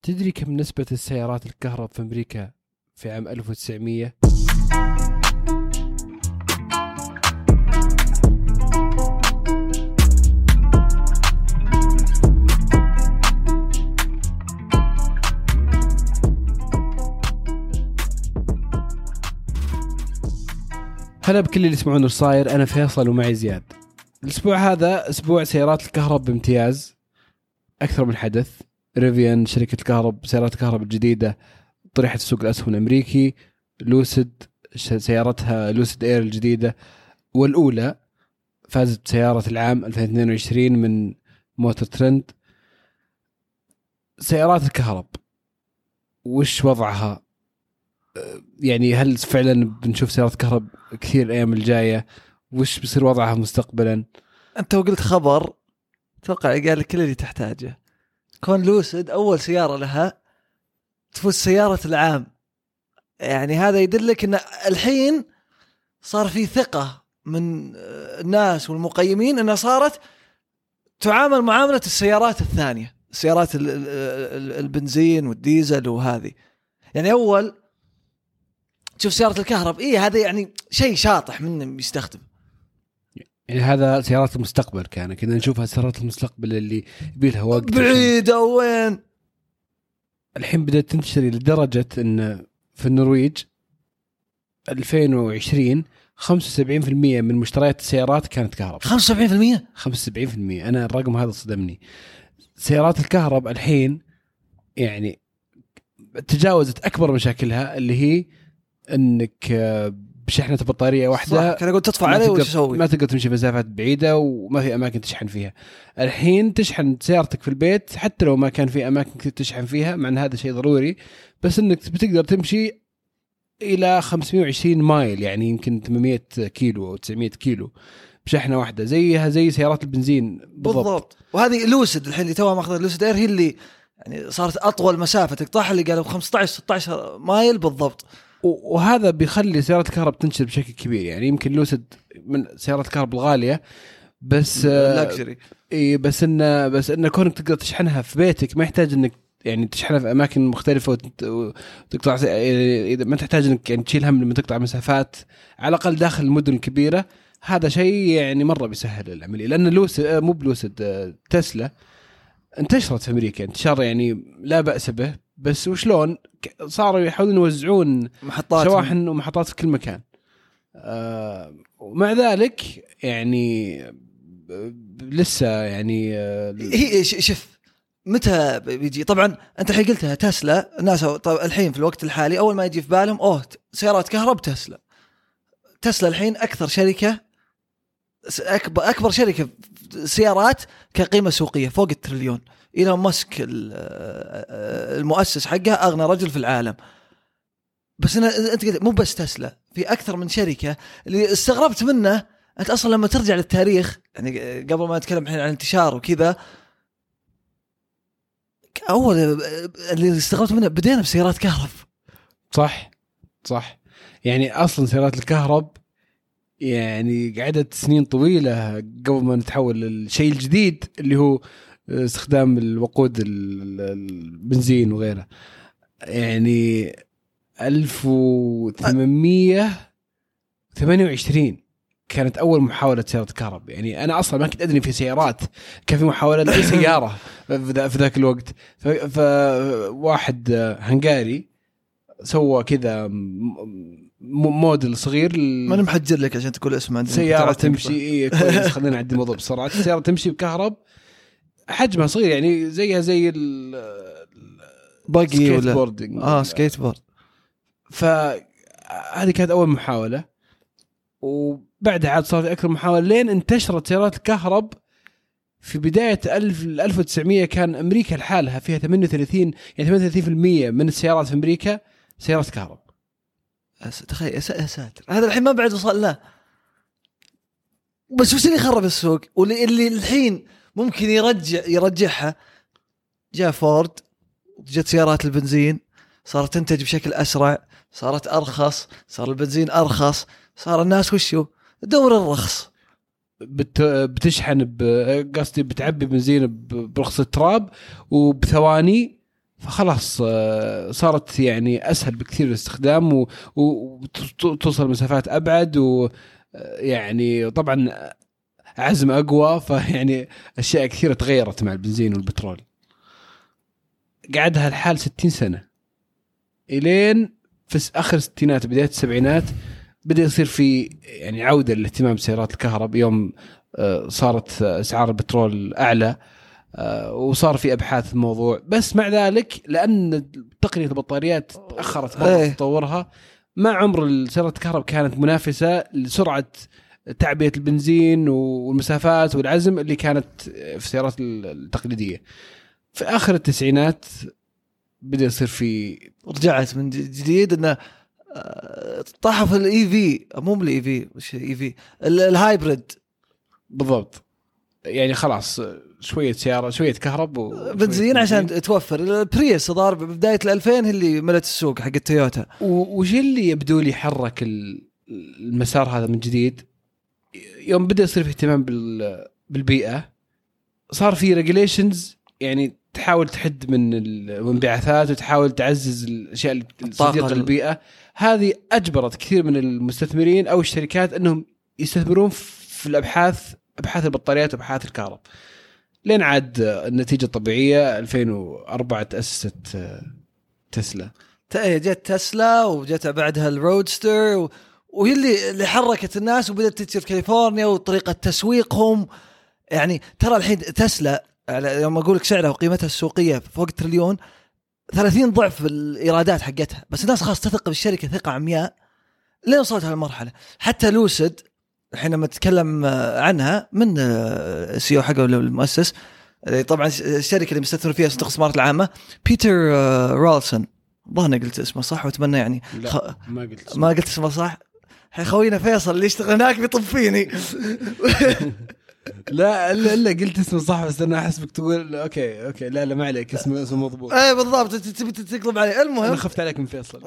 تدري كم نسبة السيارات الكهرب في أمريكا في عام 1900؟ هلا بكل اللي يسمعون ايش صاير. أنا فيصل ومعي زياد. الأسبوع هذا أسبوع سيارات الكهرب بامتياز. أكثر من حدث. ريفيان شركة الكهرب سيارات الكهرب الجديدة طرحت السوق الأسهم الأمريكي. لوسيد سيارتها لوسيد إير الجديدة والأولى فازت بسيارة العام 2022 من موتور ترند. سيارات الكهرب وش وضعها؟ يعني هل فعلا بنشوف سيارات كهرب كثير الأيام الجاية؟ وش بيصير وضعها مستقبلا؟ أنت وقلت خبر توقع قال لك كل اللي تحتاجه. كون لوسيد أول سيارة لها تفوز سيارة العام، يعني هذا يدلك أن الحين صار في ثقة من الناس والمقيمين أنها صارت تعامل معاملة السيارات الثانية، السيارات البنزين والديزل وهذه. يعني أول تشوف سيارة الكهرب هذا يعني شيء شاطح منه يستخدم. يعني هذا سيارات المستقبل، كنا نشوفها سيارات المستقبل اللي يبيلها وقت بعيدة. وين الحين بدأت تنتشر لدرجة أن في النرويج 2020 75% من مشتريات السيارات كانت كهرب. 75%. أنا الرقم هذا صدمني. سيارات الكهرب الحين يعني تجاوزت أكبر مشاكلها اللي هي أنك بشحنة بطارية واحدة كان أقول تطفى عليه وتسوي، ما تقدر تمشي مسافات بعيدة وما في أماكن تشحن فيها. الحين تشحن سيارتك في البيت حتى لو ما كان في أماكن تشحن فيها، مع أن هذا شيء ضروري، بس أنك بتقدر تمشي إلى 520 مايل، يعني يمكن 800 كيلو أو 900 كيلو بشحنة واحدة، زيها زي سيارات البنزين بالضبط. وهذه لوسيد الحين اللي توها ماخذ لوسيد إير هي اللي يعني صارت أطول مسافة تقطعها، اللي قالوا 15-16 مايل بالضبط. وهذا بيخلي سيارات الكهرب تنتشر بشكل كبير. يعني يمكن لوسيد من سيارات الكهرب الغالية بس لاكجري، بس إن كونك تقدر تشحنها في بيتك، ما يحتاج إنك يعني تشحنها في أماكن مختلفة وتقطع، إذا ما تحتاج إنك يعني تشيل هم لما تقطع مسافات، على الأقل داخل المدن الكبيرة. هذا شيء يعني مرة بيسهل العملية، لأن لوسيد مو بلوسيد تسلا انتشرت في أمريكا انتشار يعني لا بأس به، بس وشلون صاروا يحاولون يوزعون محطات شواحن ومحطات في كل مكان. ومع ذلك يعني لسه يعني هي شوف متى بيجي. طبعا انت الحين قلتها تسلا، الناس الحين في الوقت الحالي اول ما يجي في بالهم سيارات كهرب تسلا الحين اكثر شركة، اكبر شركة سيارات كقيمة سوقية فوق التريليون. إيلون ماسك المؤسس حقها أغنى رجل في العالم. بس أنت قلت مو بس تسلا، في أكثر من شركة. اللي استغربت منه أنت أصلا لما ترجع للتاريخ، يعني قبل ما نتكلم الحين عن انتشار وكذا، أول اللي استغربت منه بدينا بسيارات كهرب. صح. يعني أصلا سيارات الكهرب يعني قعدت سنين طويلة قبل ما نتحول للشيء الجديد اللي هو استخدام الوقود البنزين وغيره. يعني 1828 كانت أول محاولة سيارة كهرب. يعني أنا أصلا ما كنت أدري في سيارات، كان في محاولة لأي سيارة في ذاك الوقت. فواحد هنغاري سوى كذا موديل صغير ما نمحجر لك عشان تقول اسمه. سيارة تمشي كويس، خلينا نعدي الموضوع بسرعة. سيارة تمشي بكهرب، حجمها صغير يعني زيها زي باقي ولا بوردنج. سكيت بورد. فهذه كانت أول محاولة، وبعدها عاد صار في أكثر محاولة لين انتشرت سيارات الكهرب. في بداية 1900 كان أمريكا لحالها فيها 38% من السيارات في أمريكا سيارات كهرب. تخيل يا ساتر، هذا الحين ما بعد وصل له. بس وش اللي خرب السوق واللي الحين ممكن يرجعها؟ جاء فورد، جت سيارات البنزين صارت تنتج بشكل أسرع، صارت أرخص، صار البنزين أرخص، صار الناس وشو دور الرخص. بتشحن قصدي بتعبي بنزين برخص التراب وبثواني فخلاص صارت يعني اسهل بكثير الاستخدام وتوصل مسافات ابعد، ويعني طبعا عزم اقوى. فيعني اشياء كثيره تغيرت مع البنزين والبترول. قعدها الحال 60 سنه الين في اخر الستينات بدايه السبعينات بدأ يصير في يعني عودة للاهتمام بسيارات الكهرباء، يوم صارت أسعار البترول أعلى وصار في أبحاث الموضوع. بس مع ذلك لأن تقنية البطاريات تأخرت مرة تطورها، ما عمر السيارات الكهرباء كانت منافسة لسرعة تعبئة البنزين والمسافات والعزم اللي كانت في السيارات التقليدية. في آخر التسعينات بدأ يصير في رجعت من جديد إنه طاحوا الاي في، مو بالاي في، وش اي في الهايبريد بالضبط. يعني خلاص شويه سياره شويه كهرب بنزين عشان توفر. البريس ضارب ببدايه ال2000 اللي ملت السوق حق التويوتا. وش اللي يبدو لي حرك المسار هذا من جديد؟ يوم بدا يصير في اهتمام بالبيئه، صار في ريجوليشنز يعني تحاول تحد من الانبعاثات وتحاول تعزز الاشياء الصديقه للبيئه. هذه اجبرت كثير من المستثمرين او الشركات انهم يستثمرون في ابحاث البطاريات وابحاث الكهرباء. لين عاد النتيجه الطبيعيه 2004 تاسست تسلا. جت تسلا وجت بعدها الرودستر وهي اللي حركت الناس وبدات تنتشر في كاليفورنيا وطريقه تسويقهم. يعني ترى الحين تسلا يوم اقول لك سعرها وقيمتها السوقيه فوق تريليون، 30 ضعف الايرادات حقتها، بس الناس خلاص تثق بالشركه ثقه عمياء لين وصلت هالمرحله. حتى لوسيد الحين لما تكلم عنها من سي او حقه ولا المؤسس، طبعا الشركه اللي مستثمر فيها صندوق الاستثمارات العامه بيتر رالسون، ظهرنا قلت اسمه صح واتمنى يعني ما قلت اسمه صح. خوينا فيصل اللي يشتغل هناك بيطفيني. لا قلت اسمه صح، بس انا احسبك تقول اوكي لا ما عليك، اسمه مضبوط. اي بالضبط، تبي تقلب عليه. المهم انا خفت عليك من فيصل.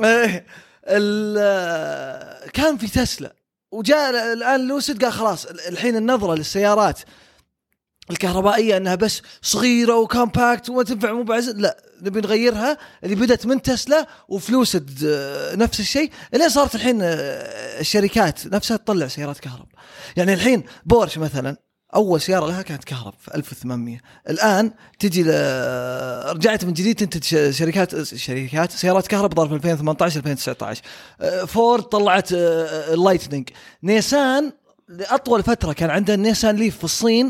كان في تسلا وجاء الان لوسيد قال خلاص الحين النظره للسيارات الكهربائيه انها بس صغيره وكومباكت وما تنفع مو بعزل، لا نبي نغيرها. اللي بدت من تسلا وفلوسد نفس الشيء، اللي صارت الحين الشركات نفسها تطلع سيارات كهرب. يعني الحين بورش مثلا اول سياره لها كانت كهرب في 1800، الان تجي رجعت من جديد تنتج شركات سيارات كهرب ضرب 2018 2019. فورد طلعت اللايتنينج. نيسان لاطول فتره كان عندها النيسان ليف في الصين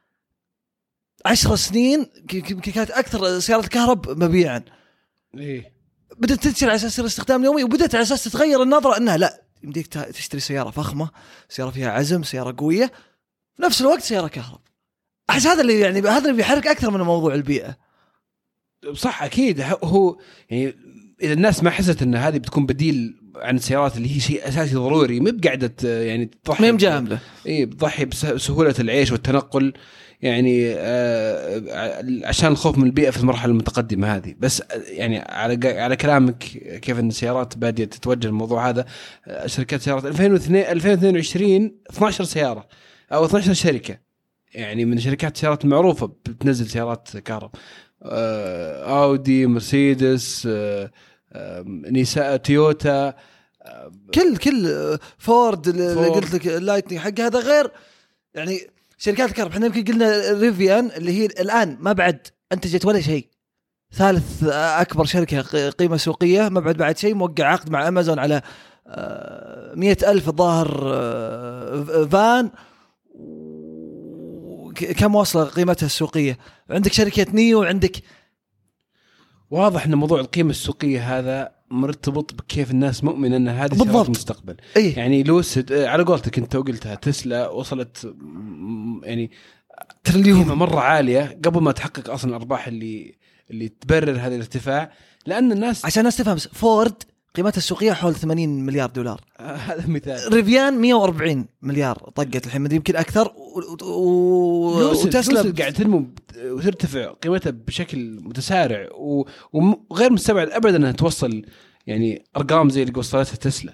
10 سنين كانت اكثر سيارات الكهرب مبيعا. بدأت تنتشر على اساس الاستخدام اليومي، وبدأت على اساس تتغير النظره انها لا يمديك تشتري سياره فخمه، سياره فيها عزم، سياره قويه، في نفس الوقت سياره كهرب. احس هذا اللي يعني هذا اللي بيحرك اكثر من موضوع البيئه. صح اكيد. هو يعني اذا الناس ما حست ان هذه بتكون بديل عن السيارات اللي هي شيء اساسي ضروري، ما بقعدت يعني تضحي، ما مجامله، بتضحي بسهوله العيش والتنقل يعني عشان الخوف من البيئة في المرحلة المتقدمة هذه. بس يعني على كلامك كيف أن السيارات بادية تتوجه الموضوع هذا. شركات سيارات 2022 12 سيارة أو 12 شركة يعني من شركات السيارات المعروفة بتنزل سيارات كهرب. أودي، مرسيدس، نيسان، تويوتا، كل فورد اللي قلت لك اللايتنينج حق هذا. غير يعني شركات الكهرباء احنا يمكن قلنا ريفيان اللي هي الآن ما بعد أنتجت ولا شيء، ثالث أكبر شركة قيمة سوقية، ما بعد شيء، موقع عقد مع أمازون على 100,000 الظاهر فان. كم وصل قيمتها السوقية؟ عندك شركة نيو، عندك واضح أن موضوع القيمة السوقية هذا مرتبط بكيف الناس مؤمنة أن هذه سيارات المستقبل. يعني لوسيد على قولتك أنت وقلتها، تسلا وصلت يعني تريليون مرة عالية قبل ما تحقق أصلا الأرباح اللي تبرر هذا الارتفاع. لأن الناس عشان الناس تفهم، فورد قيمتها السوقية حول 80 مليار دولار. هذا مثال. ريفيان 140 مليار طقت الحين، مدري يمكن أكثر. وتسلا قاعد تنمو وترتفع قيمتها بشكل متسارع، وغير مستبعد أبدا أنها توصل يعني أرقام زي اللي وصلتها تسلا.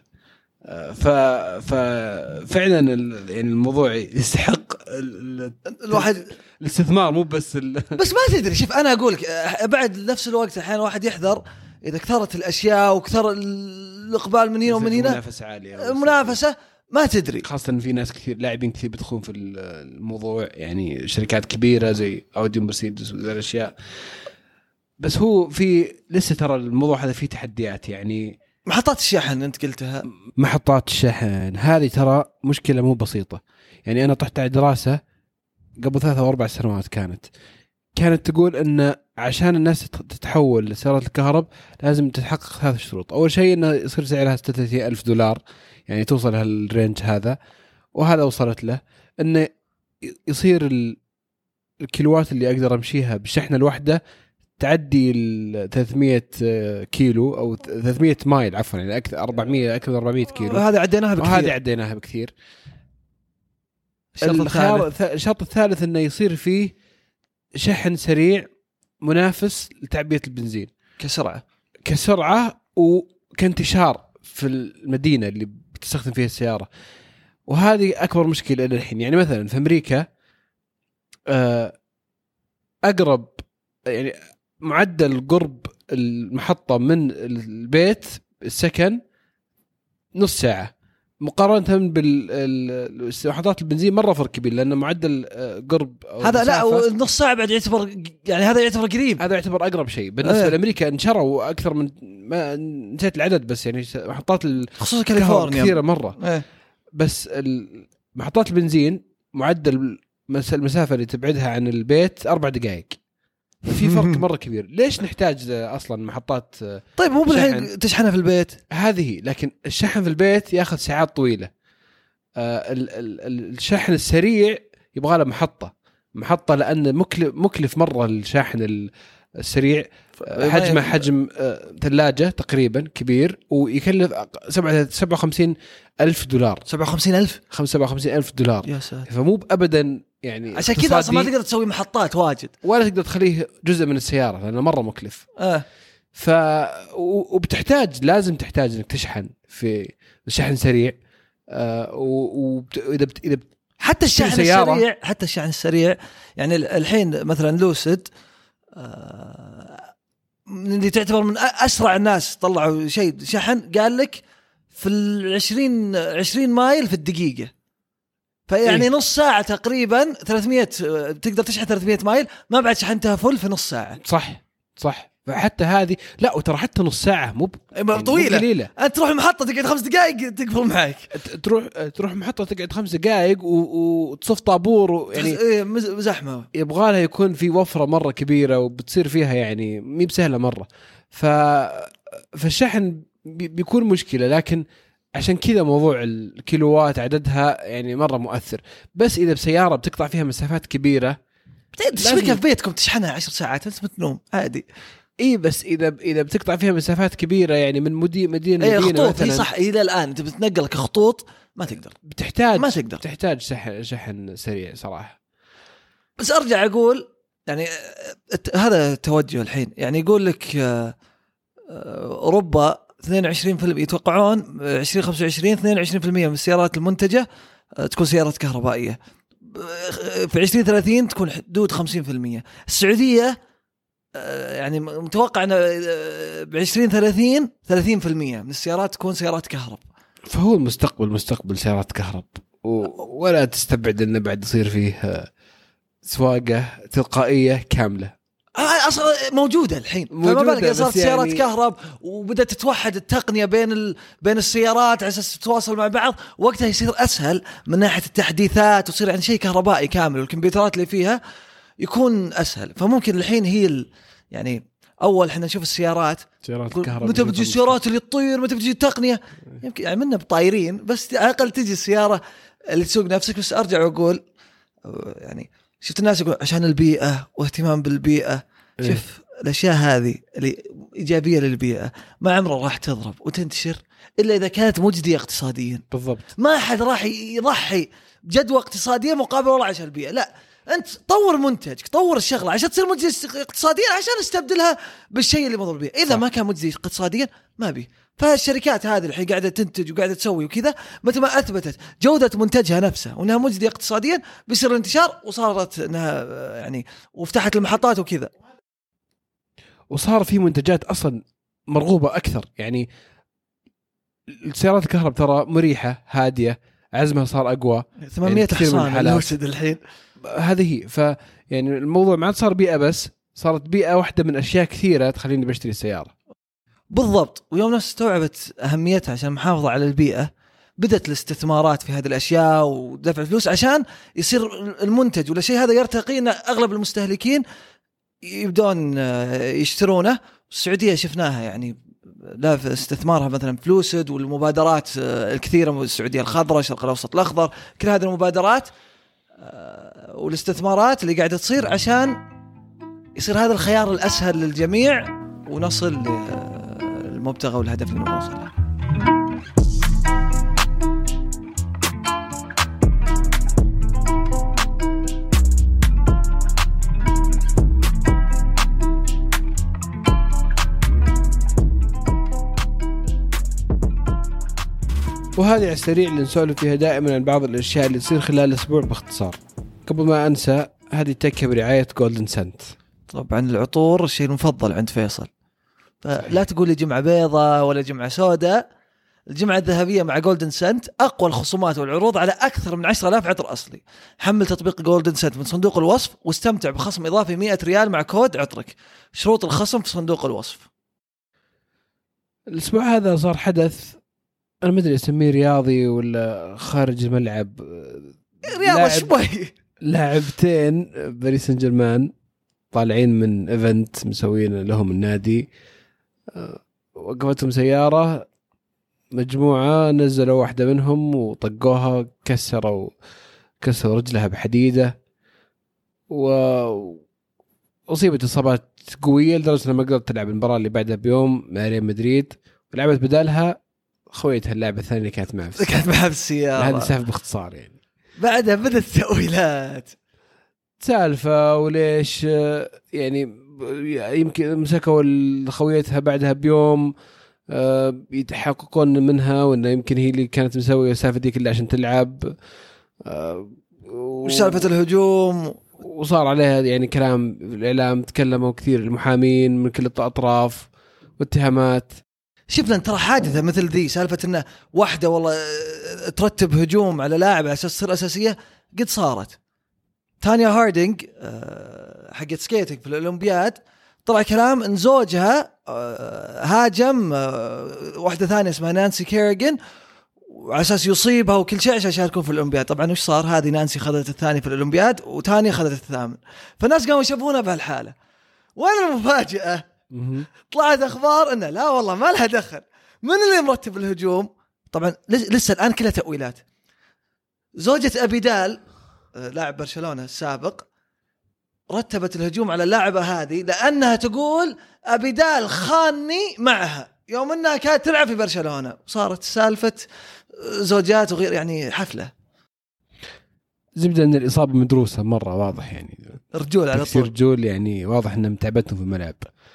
ففعلا يعني الموضوع يستحق الاستثمار مو بس بس ما تدري. شوف انا اقول لك بعد نفس الوقت احيانا واحد يحذر اذا كثرت الاشياء وكثر الاقبال من هنا ومن هنا، منافسه عاليه، منافسه ما تدري، خاصه ان في ناس كثير لاعبين كثير بيدخلون في الموضوع، يعني شركات كبيره زي اودي ومرسيدس وذي الاشياء. بس هو في لسه ترى الموضوع هذا فيه تحديات. يعني محطات الشحن انت قلتها، محطات الشحن هذه ترى مشكله مو بسيطه. يعني انا طحت على دراسه قبل 3 أو 4 سنوات كانت تقول ان عشان الناس تتحول لسيارات الكهرب لازم تتحقق 3 شروط. اول شيء انه يصير سعرها $36,000، يعني توصل هالرينج هذا، وهذا وصلت له. انه يصير الكيلوات اللي اقدر امشيها بالشحنه الواحده تعدي 300 كيلو او 300 مايل عفوا، يعني اكثر 400 كيلو. هذا عديناها بكثير، وهذه عديناها بكثير. الشرط الثالث انه يصير فيه شحن سريع منافس لتعبئة البنزين كسرعة وكانتشار في المدينة اللي بتستخدم فيها السيارة. وهذه أكبر مشكلة إلى الحين. يعني مثلا في أمريكا أقرب، يعني معدل قرب المحطة من البيت السكن نص ساعة، مقارنة بالمحطات البنزين مرة فرق كبير، لأن معدل قرب هذا لا ونص ساعة بعد يعتبر، يعني هذا يعتبر قريب، هذا يعتبر أقرب شيء بالنسبة لأمريكا. انشروا أكثر من ما نسيت العدد، بس يعني محطات خصوصا كاليفورنيا كثيرة مرة. بس محطات البنزين معدل المسافة اللي تبعدها عن البيت 4 دقائق. في فرق مرة كبير. ليش نحتاج أصلا محطات؟ طيب مو بالحين تشحنها في البيت هذه، لكن الشحن في البيت ياخذ ساعات طويلة. الشحن السريع يبغى له محطة لأن مكلف مرة الشاحن السريع. حجمه حجم ثلاجة تقريبا كبير، ويكلف $57,000. $57,000 يا ساتر. فمو أبدا يعني. عشان كذا أصلا ما تقدر تسوي محطات واجد، ولا تقدر تخليه جزء من السيارة لأنه مرة مكلف. وبتحتاج لازم تحتاج إنك تشحن في الشحن سريع. وإذا حتى الشحن السريع يعني الحين مثلا لوسيد اللي تعتبر من أسرع الناس طلعوا شيء شحن، قال لك في 20 مايل في الدقيقة، فيعني نص ساعة تقريبا 300 تقدر تشحن 300 مايل، ما بعد شحنتها فل في نص ساعة. صح. فحتى هذه لا، وترى حتى نص ساعة مو طويلة. أنت تروح المحطة تقعد 5 دقائق تقفل معك، تروح محطة تقعد 5 دقائق وتصف طابور، يعني زحمة. يبغالها يكون في وفرة مرة كبيرة، وبتصير فيها يعني مي بسهلة مرة. فالشحن بيكون مشكلة. لكن عشان كذا موضوع الكيلوات عددها يعني مرة مؤثر. بس إذا بسيارة بتقطع فيها مسافات كبيرة تشبكها في بيتكم تشحنها 10 ساعات انت بتنوم عادي. بس اذا بتقطع فيها مسافات كبيره، يعني من مدينه مثلا صح. الى الان انت بتنقلك خطوط ما تقدر، تحتاج شحن سريع صراحه. بس ارجع اقول يعني هذا توجه الحين، يعني يقول لك اوروبا 22% يتوقعون 2025 22% من السيارات المنتجه تكون سيارات كهربائيه، في 2030 تكون حدود 50%. السعودية يعني متوقع أن ب 2030 30% من السيارات تكون سيارات كهرب. فهو مستقبل سيارات كهرب، ولا تستبعد أنه بعد يصير فيه سواقة تلقائية كاملة. أصلا موجودة الحين، فما بالك صارت سيارات يعني كهرب وبدأت تتوحد التقنية بين السيارات على أساس تتواصل مع بعض، وقتها يصير أسهل من ناحية التحديثات، وتصير عن شيء كهربائي كامل والكمبيوترات اللي فيها يكون أسهل. فممكن الحين هي يعني أول حنا نشوف السيارات الكهرباء، متى بتجي السيارات اللي تطير، متى بتجي التقنية، يمكن يعني منا بطايرين، بس على الأقل تجي السيارة اللي تسوق نفسك. بس أرجع وأقول يعني شفت الناس يقول عشان البيئة واهتمام بالبيئة. شوف الأشياء هذه اللي إيجابية للبيئة ما عمرها راح تضرب وتنتشر إلا إذا كانت مجدية اقتصاديا. بالضبط. ما أحد راح يضحي بجدوى اقتصادية مقابل والله عشان البيئة، لا. انت طور منتجك، طور الشغله عشان تصير مجزي اقتصاديا، عشان استبدلها بالشيء اللي مضروب به. اذا ما كان مجزي اقتصاديا ما بي. فالشركات هذه اللي قاعده تنتج وقاعده تسوي وكذا، متى ما اثبتت جوده منتجها نفسها وانها مجزيه اقتصاديا بيصير الانتشار، وصارت انها يعني وفتحت المحطات وكذا، وصار في منتجات اصلا مرغوبه اكثر. يعني السيارات الكهرباء ترى مريحه هاديه، عزمها صار اقوى، 800 حصان لوسد الحين هذه هي. يعني الموضوع ما صار بيئه بس، صارت بيئه واحده من اشياء كثيره تخليني بشتري السياره. بالضبط. ويوم ناس استوعبت اهميتها عشان المحافظه على البيئه، بدأت الاستثمارات في هذه الاشياء ودفع فلوس عشان يصير المنتج ولا شيء هذا يرتقي، ان اغلب المستهلكين يبدون يشترونه. السعوديه شفناها يعني لا في استثمارها مثلا فلوسد والمبادرات الكثيره، السعوديه الخضراء، الشرق الاوسط الاخضر، كل هذه المبادرات والاستثمارات اللي قاعده تصير عشان يصير هذا الخيار الاسهل للجميع ونصل للمبتغى والهدف اللي نوصل له. وهذه على السريع اللي نسولف فيها دائما عن بعض الاشياء اللي تصير خلال الاسبوع باختصار. قبل ما انسى، هذه التكه برعايه جولدن سنت. طبعا العطور الشيء المفضل عند فيصل، فلا تقول لي جمعه بيضاء ولا جمعه سوداء. الجمعه الذهبيه مع جولدن سنت اقوى الخصومات والعروض على اكثر من 10,000 عطر اصلي. حمل تطبيق جولدن سنت من صندوق الوصف واستمتع بخصم اضافي 100 ريال مع كود عطرك. شروط الخصم في صندوق الوصف. الاسبوع هذا صار حدث، أنا ما أدري أسميه رياضي ولا خارج الملعب. رياضة شوي. لاعبتين باريس سان جيرمان طالعين من إيفنت مسوين لهم النادي، وقفتهم سيارة مجموعة، نزلوا واحدة منهم وطقوها، كسروا رجلها بحديدة، وأصيبت إصابات قوية لدرجة أنها ما قدرت تلعب المباراة اللي بعدها بيوم مع ريال مدريد، ولعبت بدالها خويتها اللعبة الثانية اللي كانت معها في السيارة. هذا سالفة باختصار يعني. بعدها بدأت التأويلات، سالفة وليش يعني يمكن مسكوا خويتها بعدها بيوم يتحققون منها وإنه يمكن هي اللي كانت مسوية السالفة دي كلها عشان تلعب، وسالفة الهجوم، وصار عليها يعني كلام. الإعلام تكلموا كثير، المحامين من كل الأطراف واتهامات. شفنا ترى حادثة مثل ذي، سالفة إنه واحدة والله ترتب هجوم على لاعب على أساس تصير أساسية، قد صارت. تانيا هاردينج حقت سكيتنج في الأولمبياد، طلع كلام إن زوجها هاجم واحدة ثانية اسمها نانسي كيريغان وعلى أساس يصيبها وكل شيء عشان يشاركون في الأولمبياد. طبعا وش صار؟ هذه نانسي خذت الثاني في الأولمبياد وتانيا خذت الثامن، فالناس قاموا يشوفونها بهالحالة. وأنا المفاجأة طلعت أخبار إنه لا والله ما لها دخل. من اللي مرتب الهجوم؟ طبعا لسه الآن كلها تأويلات. زوجة أبيدال لاعب برشلونة السابق رتبت الهجوم على اللاعبة هذه لأنها تقول أبيدال خانني معها يوم أنها كانت تلعب في برشلونة. صارت سالفة زوجات وغير، يعني حفلة زبدة أن الإصابة مدروسة مرة واضح، يعني رجول على طول، رجول يعني واضح أنها متعبتهم في الملعب.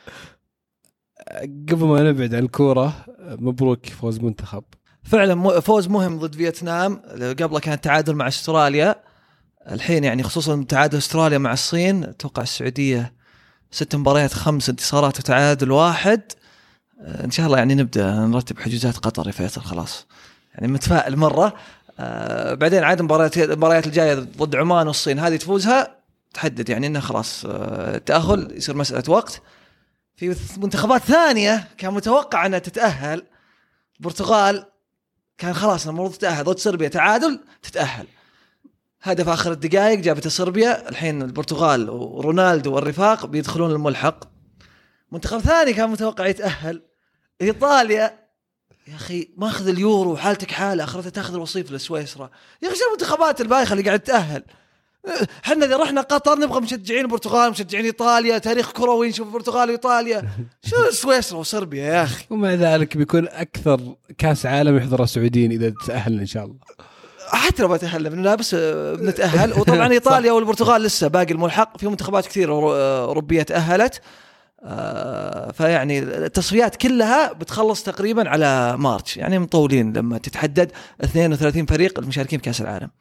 قبل ما نبعد عن الكورة، مبروك فوز منتخب. فعلا فوز مهم ضد فيتنام. قبله كان تعادل مع استراليا، الحين يعني خصوصا تعادل استراليا مع الصين. اتوقع السعودية 6 مباريات 5 انتصارات وتعادل 1. ان شاء الله يعني نبدا نرتب حجوزات قطر يا فيصل، خلاص يعني متفائل مرة. بعدين عاد المباريات الجاية ضد عمان والصين، هذه تفوزها تحدد يعني انها خلاص التأهل يصير مسألة وقت. في منتخبات ثانية كان متوقع أنها تتأهل. البرتغال كان خلاص المفروض تتأهل ضد صربيا، تعادل تتأهل، هدف آخر الدقائق جابته صربيا. الحين البرتغال ورونالدو والرفاق بيدخلون الملحق. منتخب ثاني كان متوقع يتأهل، إيطاليا. يا أخي ما أخذ اليورو حالتك حالة، أخرتها تأخذ الوصيف لسويسرا. يا أخي شو المنتخبات البايخة اللي قاعد تتأهل؟ حنا إذا رحنا قطر نبغى مشجعين البرتغال مشجعين إيطاليا، تاريخ كروي نشوف البرتغال وإيطاليا، شو سويسرا وصربيا يا أخي. ومع ذلك بيكون أكثر كاس عالم يحضره السعوديين إذا تأهلنا إن شاء الله. حتى لو تأهلنا بنلابس بنتأهل. وطبعا إيطاليا والبرتغال لسه باقي الملحق، في منتخبات كثير أوروبية تأهلت. فيعني التصفيات كلها بتخلص تقريبا على مارس، يعني مطولين لما تتحدد 32 فريق المشاركين في كأس العالم.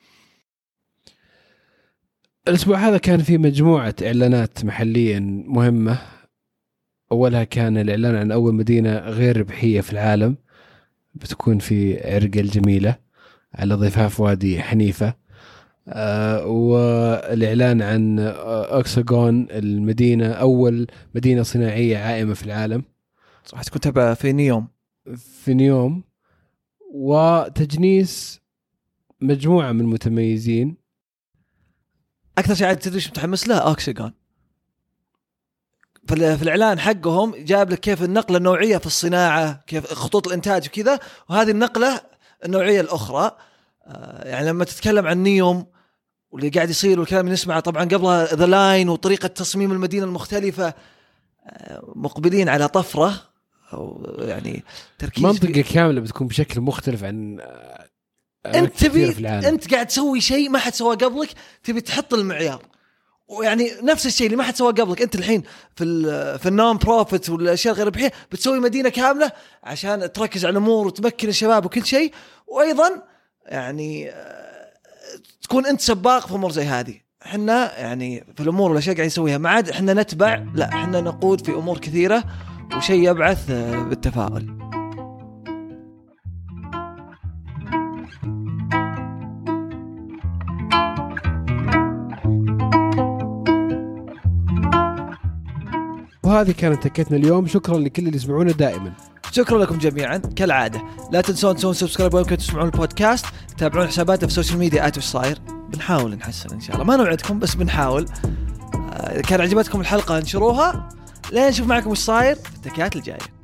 الأسبوع هذا كان في مجموعة إعلانات محليا مهمة. أولها كان الإعلان عن أول مدينة غير ربحية في العالم بتكون في عرقل الجميلة على ضفاف وادي حنيفة. والإعلان عن أكسجون، المدينة أول مدينة صناعية عائمة في العالم، صح تكون تبع في نيوم. وتجنيس مجموعة من المتميزين. أكثر شيء عاد تدريش متحمس له أكسجون. في الإعلان حقهم جاب لك كيف النقلة النوعية في الصناعة، كيف خطوط الإنتاج وكذا، وهذه النقلة النوعية الأخرى. يعني لما تتكلم عن نيوم واللي قاعد يصير والكلام اللي نسمعه طبعا قبلها ذا لاين وطريقة تصميم المدينة المختلفة، مقبلين على طفرة أو يعني تركيز منطقة كاملة بتكون بشكل مختلف عن أنت قاعد تسوي شيء ما حد سواه قبلك، تبي تحط المعيار، ويعني نفس الشيء اللي ما حد سواه قبلك. أنت الحين في النون بروفيت والأشياء غير ربحية بتسوي مدينة كاملة عشان تركز على الأمور وتمكن الشباب وكل شيء، وأيضا يعني تكون أنت سباق في أمور زي هذه. إحنا يعني في الأمور والأشياء قاعد نسويها ما عاد إحنا نتبع، لا إحنا نقود في أمور كثيرة، وشيء يبعث بالتفاؤل. وهذه كانت تكتنا اليوم. شكرا لكل اللي يسمعونا دائما. شكرا لكم جميعا كالعادة. لا تنسون تسوون سبسكرايب ويمكن تسمعون البودكاست. تابعون حساباتنا في السوشيال ميديا @وش صاير. بنحاول نحسن إن شاء الله، ما نوعدكم بس بنحاول. كان عجبتكم الحلقة انشروها. لين نشوف معكم وش صاير في التكات الجاية.